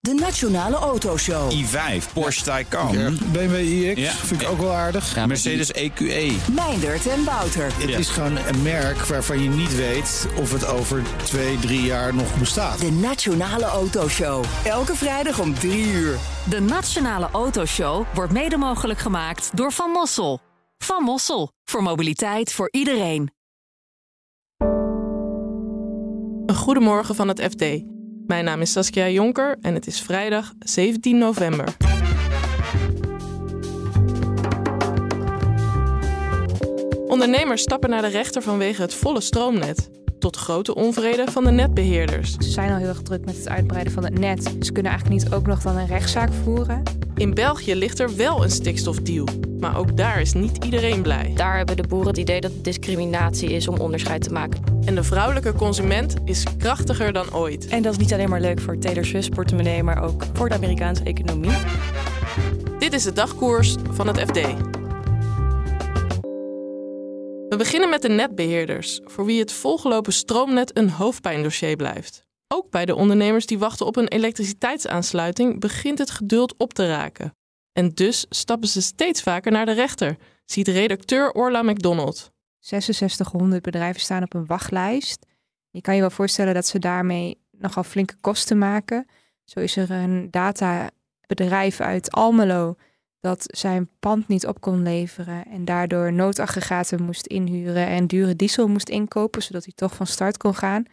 De Nationale Autoshow. i5, Porsche Taycan. BMW iX, Ja. vind ik ook wel aardig. Ja, Mercedes EQE. Meindert en Wouter. Het is gewoon een merk waarvan je niet weet of het over 2-3 jaar nog bestaat. De Nationale Autoshow. Elke vrijdag om 3 uur. De Nationale Autoshow wordt mede mogelijk gemaakt door Van Mossel. Van Mossel, voor mobiliteit voor iedereen. Een goedemorgen van het FD. Mijn naam is Saskia Jonker en het is vrijdag 17 november. Ondernemers stappen naar de rechter vanwege het volle stroomnet. Tot grote onvrede van de netbeheerders. Ze zijn al heel erg druk met het uitbreiden van het net. Ze kunnen eigenlijk niet ook nog dan een rechtszaak voeren. In België ligt er wel een stikstofdeal. Maar ook daar is niet iedereen blij. Daar hebben de boeren het idee dat het discriminatie is om onderscheid te maken. En de vrouwelijke consument is krachtiger dan ooit. En dat is niet alleen maar leuk voor Taylor Swift's portemonnee, maar ook voor de Amerikaanse economie. Dit is de dagkoers van het FD. We beginnen met de netbeheerders, voor wie het volgelopen stroomnet een hoofdpijndossier blijft. Ook bij de ondernemers die wachten op een elektriciteitsaansluiting begint het geduld op te raken. En dus stappen ze steeds vaker naar de rechter, ziet redacteur Orla McDonald. 6600 bedrijven staan op een wachtlijst. Je kan je wel voorstellen dat ze daarmee nogal flinke kosten maken. Zo is er een databedrijf uit Almelo dat zijn pand niet op kon leveren en daardoor noodaggregaten moest inhuren en dure diesel moest inkopen, zodat hij toch van start kon gaan.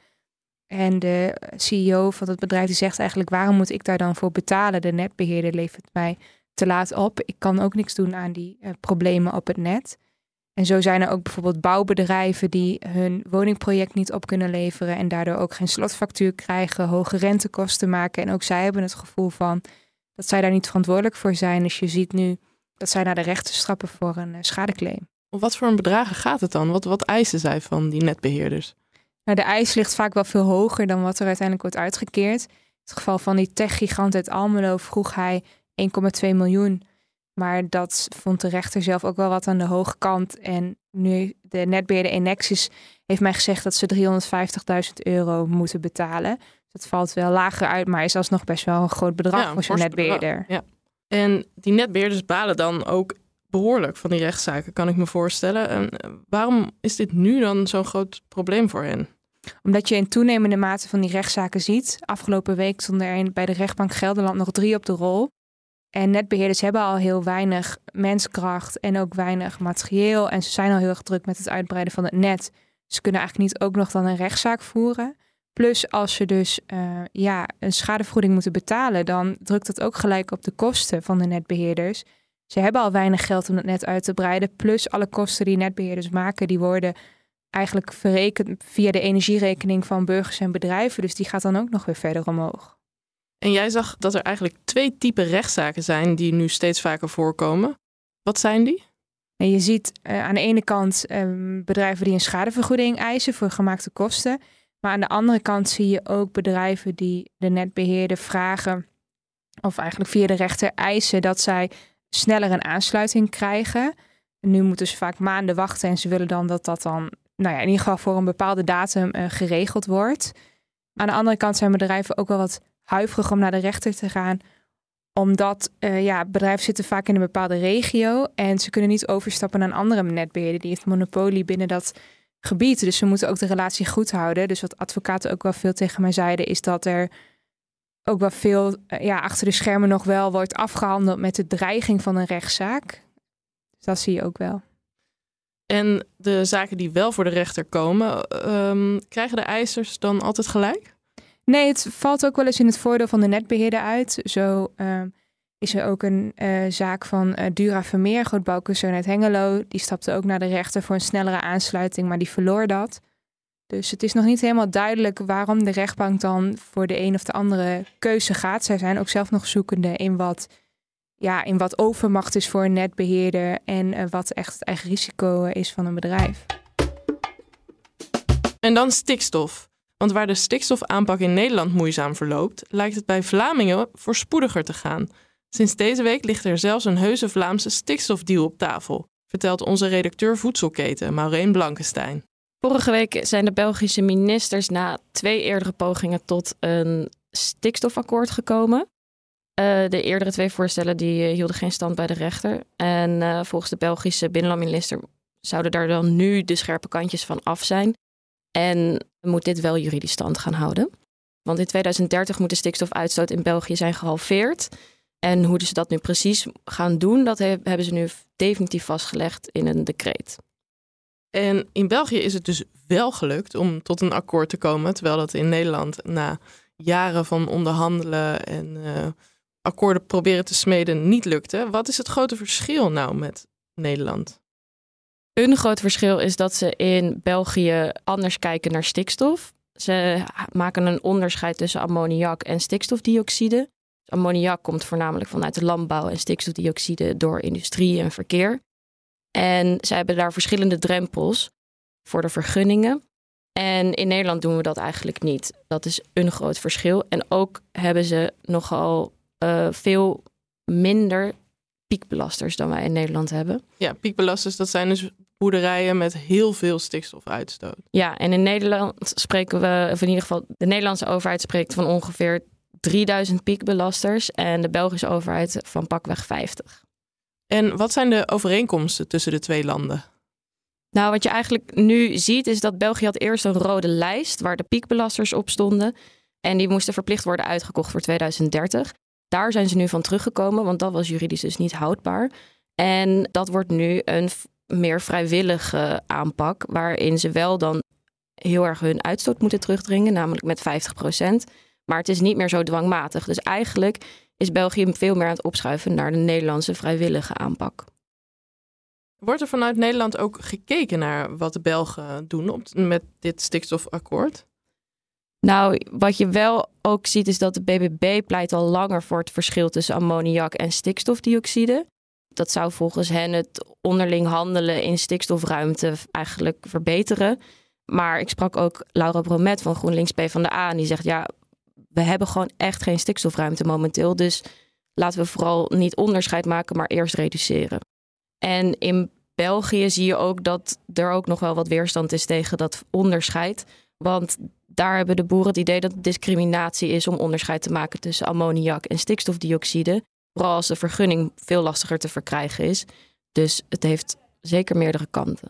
En de CEO van het bedrijf die zegt eigenlijk, waarom moet ik daar dan voor betalen? De netbeheerder levert mij te laat op. Ik kan ook niks doen aan die problemen op het net. En zo zijn er ook bijvoorbeeld bouwbedrijven die hun woningproject niet op kunnen leveren en daardoor ook geen slotfactuur krijgen, hoge rentekosten maken. En ook zij hebben het gevoel van dat zij daar niet verantwoordelijk voor zijn. Dus je ziet nu dat zij naar de rechter stappen voor een schadeclaim. Om wat voor een bedragen gaat het dan? Wat eisen zij van die netbeheerders? Nou, de eis ligt vaak wel veel hoger dan wat er uiteindelijk wordt uitgekeerd. In het geval van die techgigant uit Almelo vroeg hij 1,2 miljoen. Maar dat vond de rechter zelf ook wel wat aan de hoge kant. En nu de netbeheerder Enexis heeft mij gezegd dat ze €350.000 moeten betalen. Dat valt wel lager uit, maar is alsnog best wel een groot bedrag voor zo'n netbeheerder. Ja. En die netbeheerders balen dan ook behoorlijk van die rechtszaken, kan ik me voorstellen. En waarom is dit nu dan zo'n groot probleem voor hen? Omdat je in toenemende mate van die rechtszaken ziet. Afgelopen week stonden er bij de rechtbank Gelderland nog 3 op de rol. En netbeheerders hebben al heel weinig menskracht en ook weinig materieel. En ze zijn al heel erg druk met het uitbreiden van het net. Ze kunnen eigenlijk niet ook nog dan een rechtszaak voeren. Plus als ze dus een schadevergoeding moeten betalen, dan drukt dat ook gelijk op de kosten van de netbeheerders. Ze hebben al weinig geld om het net uit te breiden. Plus alle kosten die netbeheerders maken, die worden eigenlijk verrekend via de energierekening van burgers en bedrijven. Dus die gaat dan ook nog weer verder omhoog. En jij zag dat er eigenlijk 2 typen rechtszaken zijn die nu steeds vaker voorkomen. Wat zijn die? En je ziet aan de ene kant bedrijven die een schadevergoeding eisen voor gemaakte kosten. Maar aan de andere kant zie je ook bedrijven die de netbeheerder vragen, of eigenlijk via de rechter eisen, dat zij sneller een aansluiting krijgen. En nu moeten ze vaak maanden wachten en ze willen dan dat dan in ieder geval voor een bepaalde datum geregeld wordt. Aan de andere kant zijn bedrijven ook wel wat huiverig om naar de rechter te gaan, omdat bedrijven zitten vaak in een bepaalde regio en ze kunnen niet overstappen naar een andere netbeheerder. Die heeft monopolie binnen dat gebied. Dus ze moeten ook de relatie goed houden. Dus wat advocaten ook wel veel tegen mij zeiden, is dat er ook wel veel achter de schermen nog wel wordt afgehandeld met de dreiging van een rechtszaak. Dus dat zie je ook wel. En de zaken die wel voor de rechter komen, krijgen de eisers dan altijd gelijk? Nee, het valt ook wel eens in het voordeel van de netbeheerder uit. Zo is er ook een zaak van Dura Vermeer, groot bouwconcern uit Hengelo. Die stapte ook naar de rechter voor een snellere aansluiting, maar die verloor dat. Dus het is nog niet helemaal duidelijk waarom de rechtbank dan voor de een of de andere keuze gaat. Zij zijn ook zelf nog zoekende in wat overmacht is voor een netbeheerder en wat echt het eigen risico is van een bedrijf. En dan stikstof. Want waar de stikstofaanpak in Nederland moeizaam verloopt, lijkt het bij Vlamingen voorspoediger te gaan. Sinds deze week ligt er zelfs een heuse Vlaamse stikstofdeal op tafel, vertelt onze redacteur voedselketen, Maureen Blankenstein. Vorige week zijn de Belgische ministers na 2 eerdere pogingen tot een stikstofakkoord gekomen. De eerdere 2 voorstellen die hielden geen stand bij de rechter. En volgens de Belgische binnenlandminister zouden daar dan nu de scherpe kantjes van af zijn. En moet dit wel juridisch stand gaan houden. Want in 2030 moet de stikstofuitstoot in België zijn gehalveerd. En hoe ze dat nu precies gaan doen, dat hebben ze nu definitief vastgelegd in een decreet. En in België is het dus wel gelukt om tot een akkoord te komen, terwijl dat in Nederland na jaren van onderhandelen en akkoorden proberen te smeden niet lukte. Wat is het grote verschil nou met Nederland? Een groot verschil is dat ze in België anders kijken naar stikstof. Ze maken een onderscheid tussen ammoniak en stikstofdioxide. Ammoniak komt voornamelijk vanuit de landbouw en stikstofdioxide door industrie en verkeer. En zij hebben daar verschillende drempels voor de vergunningen. En in Nederland doen we dat eigenlijk niet. Dat is een groot verschil. En ook hebben ze nogal veel minder piekbelasters dan wij in Nederland hebben. Ja, piekbelasters, dat zijn dus boerderijen met heel veel stikstofuitstoot. Ja, en in Nederland spreken we, of in ieder geval de Nederlandse overheid spreekt van ongeveer 3000 piekbelasters en de Belgische overheid van pakweg 50. En wat zijn de overeenkomsten tussen de 2 landen? Nou, wat je eigenlijk nu ziet is dat België had eerst een rode lijst waar de piekbelasters op stonden. En die moesten verplicht worden uitgekocht voor 2030. Daar zijn ze nu van teruggekomen, want dat was juridisch dus niet houdbaar. En dat wordt nu een meer vrijwillige aanpak, waarin ze wel dan heel erg hun uitstoot moeten terugdringen, namelijk met 50%. Maar het is niet meer zo dwangmatig. Dus eigenlijk is België veel meer aan het opschuiven naar de Nederlandse vrijwillige aanpak. Wordt er vanuit Nederland ook gekeken naar wat de Belgen doen met dit stikstofakkoord? Nou, wat je wel ook ziet is dat de BBB pleit al langer voor het verschil tussen ammoniak en stikstofdioxide. Dat zou volgens hen het onderling handelen in stikstofruimte eigenlijk verbeteren. Maar ik sprak ook Laura Bromet van GroenLinks PvdA en die zegt ja, we hebben gewoon echt geen stikstofruimte momenteel. Dus laten we vooral niet onderscheid maken, maar eerst reduceren. En in België zie je ook dat er ook nog wel wat weerstand is tegen dat onderscheid. Want daar hebben de boeren het idee dat het discriminatie is om onderscheid te maken tussen ammoniak en stikstofdioxide. Vooral als de vergunning veel lastiger te verkrijgen is. Dus het heeft zeker meerdere kanten.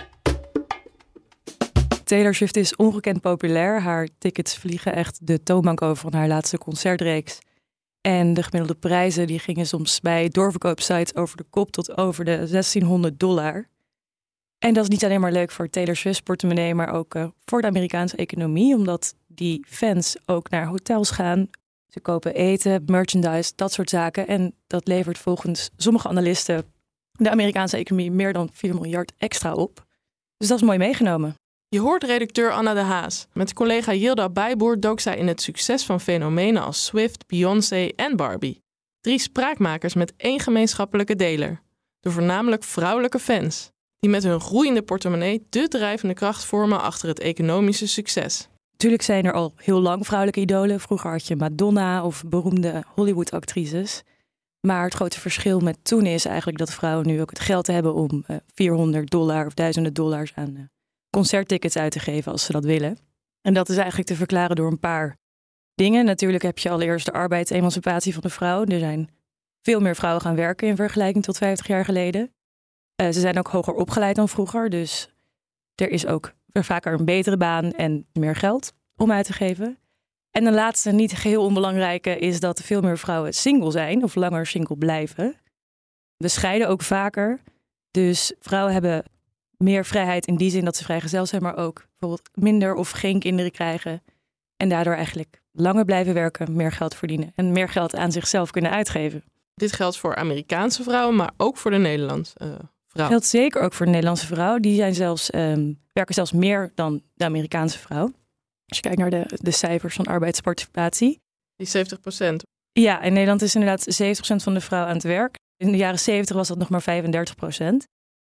Taylor Swift is ongekend populair. Haar tickets vliegen echt de toonbank over van haar laatste concertreeks. En de gemiddelde prijzen die gingen soms bij doorverkoopsites over de kop tot over de $1600. En dat is niet alleen maar leuk voor Taylor Swift's portemonnee, maar ook voor de Amerikaanse economie. Omdat die fans ook naar hotels gaan. Ze kopen eten, merchandise, dat soort zaken. En dat levert volgens sommige analisten de Amerikaanse economie meer dan 4 miljard extra op. Dus dat is mooi meegenomen. Je hoort redacteur Anna de Haas. Met collega Yilda Bijboer dook zij in het succes van fenomenen als Swift, Beyoncé en Barbie. 3 spraakmakers met 1 gemeenschappelijke deler. De voornamelijk vrouwelijke fans. Die met hun groeiende portemonnee de drijvende kracht vormen achter het economische succes. Natuurlijk zijn er al heel lang vrouwelijke idolen. Vroeger had je Madonna of beroemde Hollywood-actrices. Maar het grote verschil met toen is eigenlijk dat vrouwen nu ook het geld hebben om $400 of $1000 aan concerttickets uit te geven als ze dat willen. En dat is eigenlijk te verklaren door een paar dingen. Natuurlijk heb je allereerst de arbeidsemancipatie van de vrouw. Er zijn veel meer vrouwen gaan werken in vergelijking tot 50 jaar geleden. Ze zijn ook hoger opgeleid dan vroeger. Dus er is ook vaker een betere baan en meer geld om uit te geven. En de laatste, niet geheel onbelangrijke, is dat veel meer vrouwen single zijn of langer single blijven. We scheiden ook vaker. Dus vrouwen hebben meer vrijheid in die zin dat ze vrijgezel zijn, maar ook bijvoorbeeld minder of geen kinderen krijgen. En daardoor eigenlijk langer blijven werken, meer geld verdienen en meer geld aan zichzelf kunnen uitgeven. Dit geldt voor Amerikaanse vrouwen, maar ook voor de Nederlandse vrouwen. Geldt zeker ook voor de Nederlandse vrouw. Die zijn zelfs, werken zelfs meer dan de Amerikaanse vrouw. Als je kijkt naar de cijfers van arbeidsparticipatie. Die 70%. Ja, in Nederland is inderdaad 70% van de vrouw aan het werk. In de jaren 70 was dat nog maar 35%.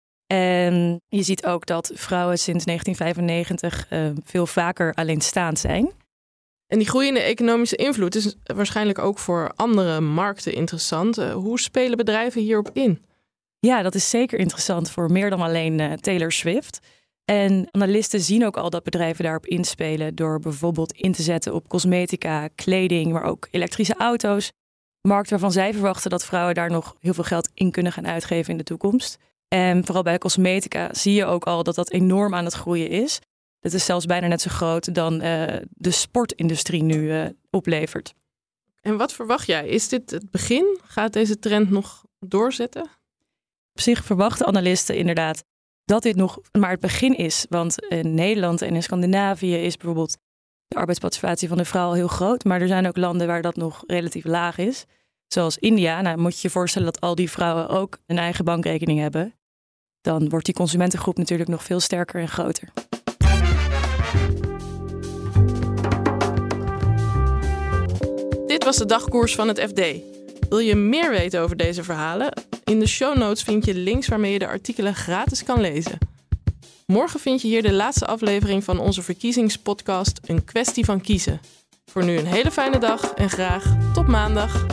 En je ziet ook dat vrouwen sinds 1995 veel vaker alleenstaand zijn. En die groeiende economische invloed is waarschijnlijk ook voor andere markten interessant. Hoe spelen bedrijven hierop in? Ja, dat is zeker interessant voor meer dan alleen Taylor Swift. En analisten zien ook al dat bedrijven daarop inspelen door bijvoorbeeld in te zetten op cosmetica, kleding, maar ook elektrische auto's. markt waarvan zij verwachten dat vrouwen daar nog heel veel geld in kunnen gaan uitgeven in de toekomst. En vooral bij cosmetica zie je ook al dat dat enorm aan het groeien is. Dat is zelfs bijna net zo groot dan de sportindustrie nu oplevert. En wat verwacht jij? Is dit het begin? Gaat deze trend nog doorzetten? Op zich verwachten analisten inderdaad dat dit nog maar het begin is. Want in Nederland en in Scandinavië is bijvoorbeeld de arbeidsparticipatie van de vrouw heel groot. Maar er zijn ook landen waar dat nog relatief laag is. Zoals India. Nou, moet je je voorstellen dat al die vrouwen ook een eigen bankrekening hebben. Dan wordt die consumentengroep natuurlijk nog veel sterker en groter. Dit was de dagkoers van het FD. Wil je meer weten over deze verhalen? In de show notes vind je links waarmee je de artikelen gratis kan lezen. Morgen vind je hier de laatste aflevering van onze verkiezingspodcast Een kwestie van kiezen. Voor nu een hele fijne dag en graag tot maandag.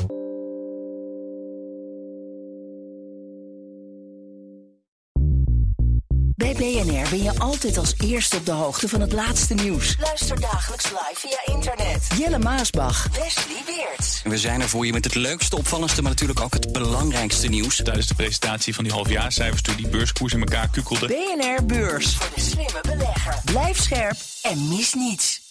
Bij BNR ben je altijd als eerste op de hoogte van het laatste nieuws. Luister dagelijks live via internet. Jelle Maasbach, Wesley Weerts. We zijn er voor je met het leukste, opvallendste, maar natuurlijk ook het belangrijkste nieuws. Tijdens de presentatie van die halfjaarcijfers toen die beurskoers in elkaar kukkelde. BNR Beurs. Voor de slimme belegger. Blijf scherp en mis niets.